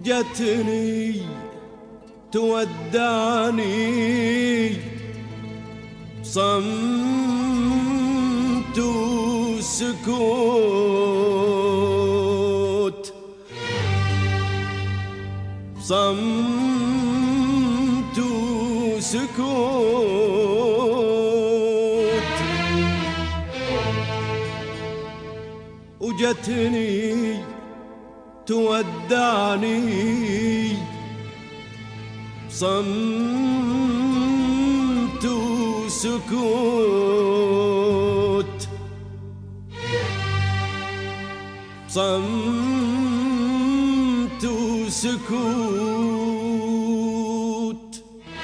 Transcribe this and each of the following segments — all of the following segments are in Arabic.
جتني تودعني صمت وسكوت، صمت وسكوت، وجتني تودعني صمت وسكوت، صمت وسكوت.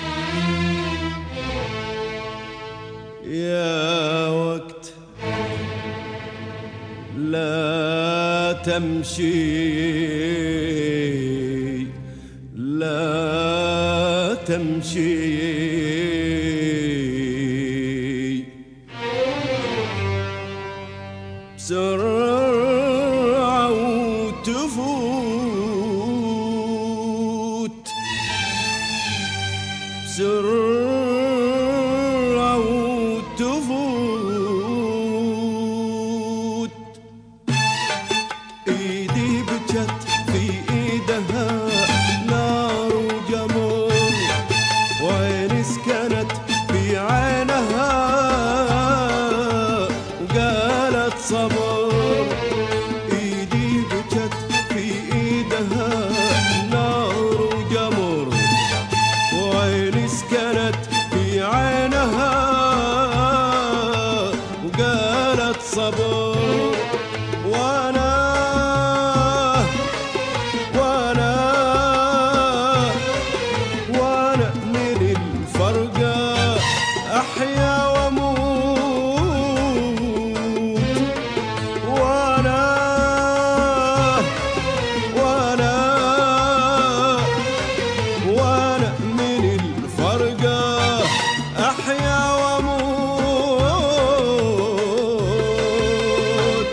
يا وقت لا تمشي، لا تمشي، بسرعة وتفوت، بسرعة وتفوت. ايدي بجت في ايدها نار وجمر، وعين سكنت في عينها وقالت صبر. ايدي بجت في ايدها نار وجمر، وعين سكنت في عينها وقالت صبر. وانا من الفرقة احيا واموت، وانا من الفرقة احيا واموت.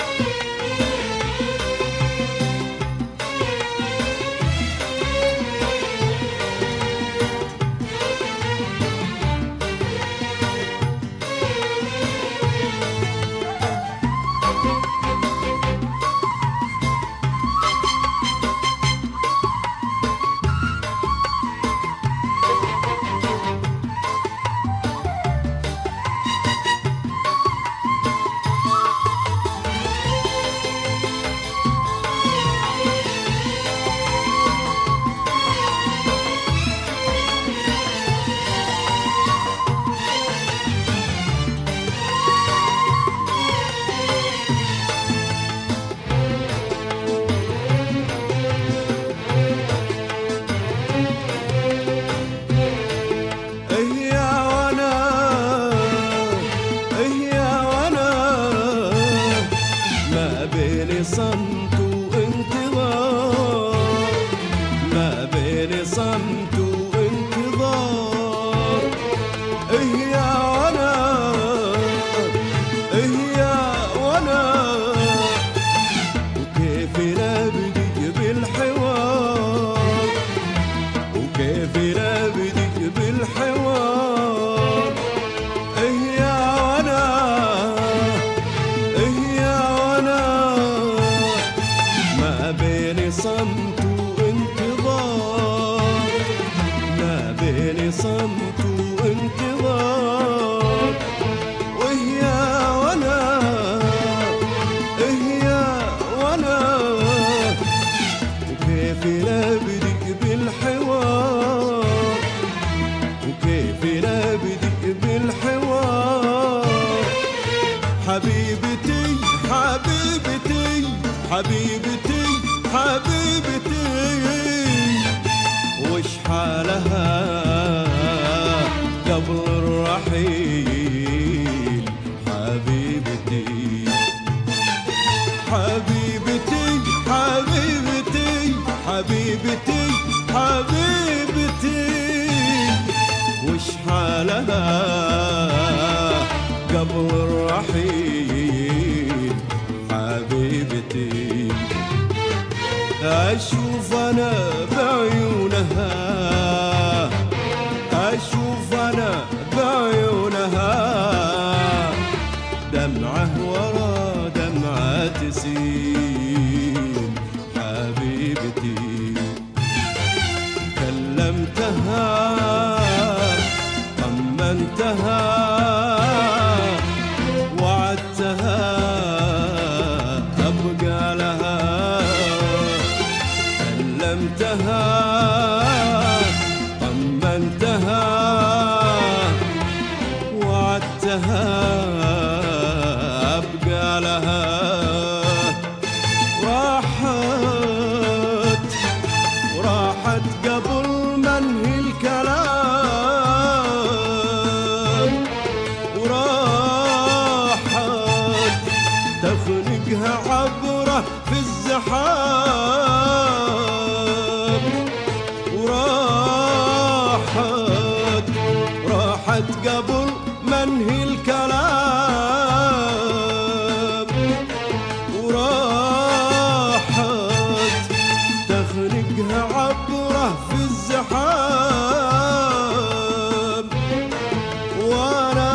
صمت وانتظار، ما بين صمت وانتظار. يا وانا، يا وانا، وكيف نبدي بالحوار، وكيف نبدي بالحوار. يا وانا، يا وانا، ما بين صمت وانتظار، ما بين صمت وانتظار. وهي وانا، يا وانا، وكيف نبدي بالحوار، وكيف نبدي بالحوار. حبيبتي حبيبتي حبيبتي حبيبتي، وش حالها قبل الرحيل؟ حبيبتي حبيبتي حبيبتي حبيبتي حبيبتي، وش حالها قبل الرحيل؟ حبيبتي أشوفها أنا بعيونها، أشوف أنا بعيونها، دمعة ورا دمعة تسيل حبيبتي. كلمتها طمنتها وعدتها أبقى لها. كلمتها طمنتها وعدتها أبقى لها. راحت قبل ما انهي الكلام، وراحت تخنقها عبره في الزحام. راحت قبل ما انهي الكلام، وراحت تخنقها عبره في الزحام. وانا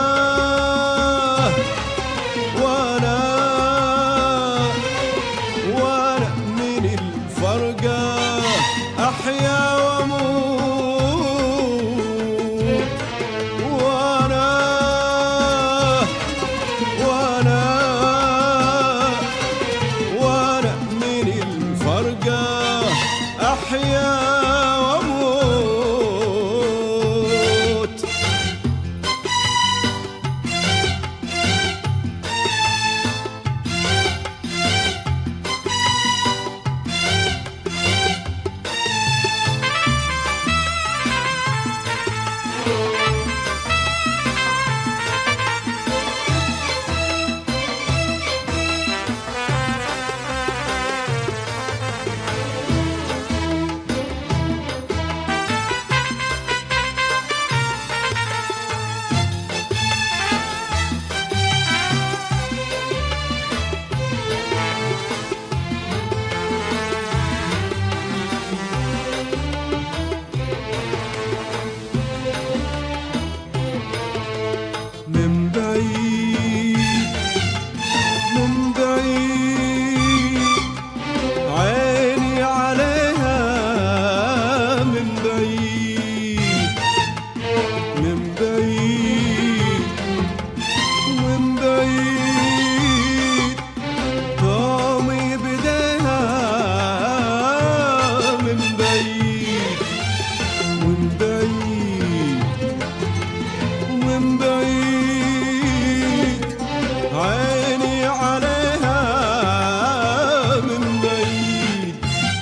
من الفرقة احيا واموت. وانا من الفرقة احيا واموت. من بعيد عيني عليها، من بعيد قومي بديها، من بعيد عيني عليها، من بعيد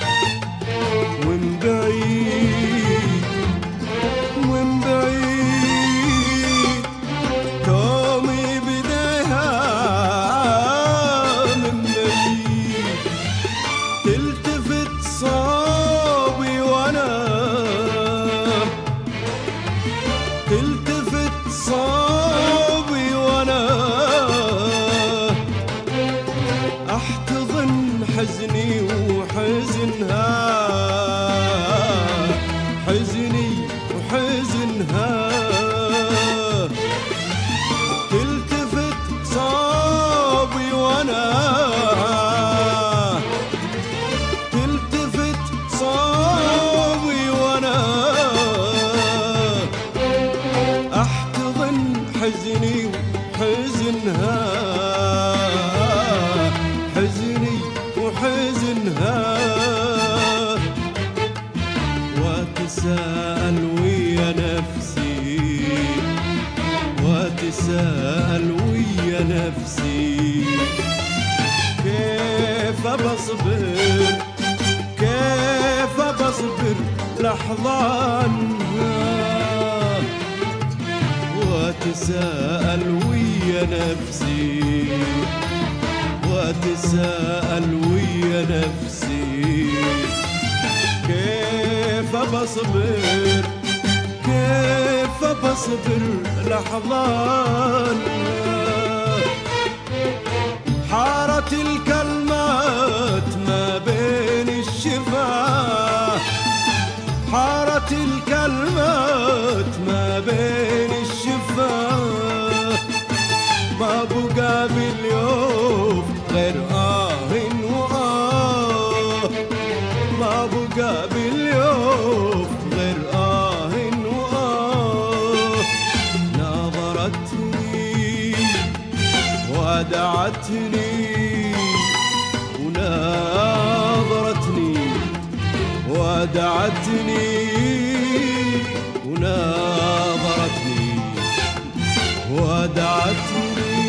قومي بديها، من بعيد تلتفت صوبي وانا، تلتفت صوبي وانا احتضن حزني وحزنها، حزني وحزنها. تلتفت صوبي وانا، تلتفت صوبي وانا احتضن حزني وحزنها، حزني وحزنها. واتساءل ويا نفسي، واتساءل ويا نفسي، كيف بصبر، كيف بصبر لحظة عنها. واتساءل ويا نفسي، واتساءل ويا نفسي، كيف بصبر، كيف بصبر لحظة عنها. حارت الكلمات ما بين الشفاه، ودعتني وناظرتني ودعتني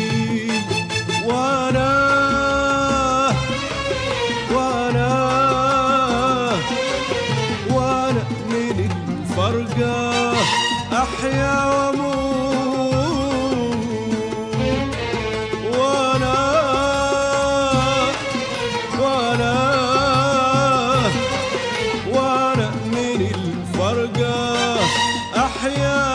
وانا من الفرقة أحيا وأموت وانا من الفرقة أحيا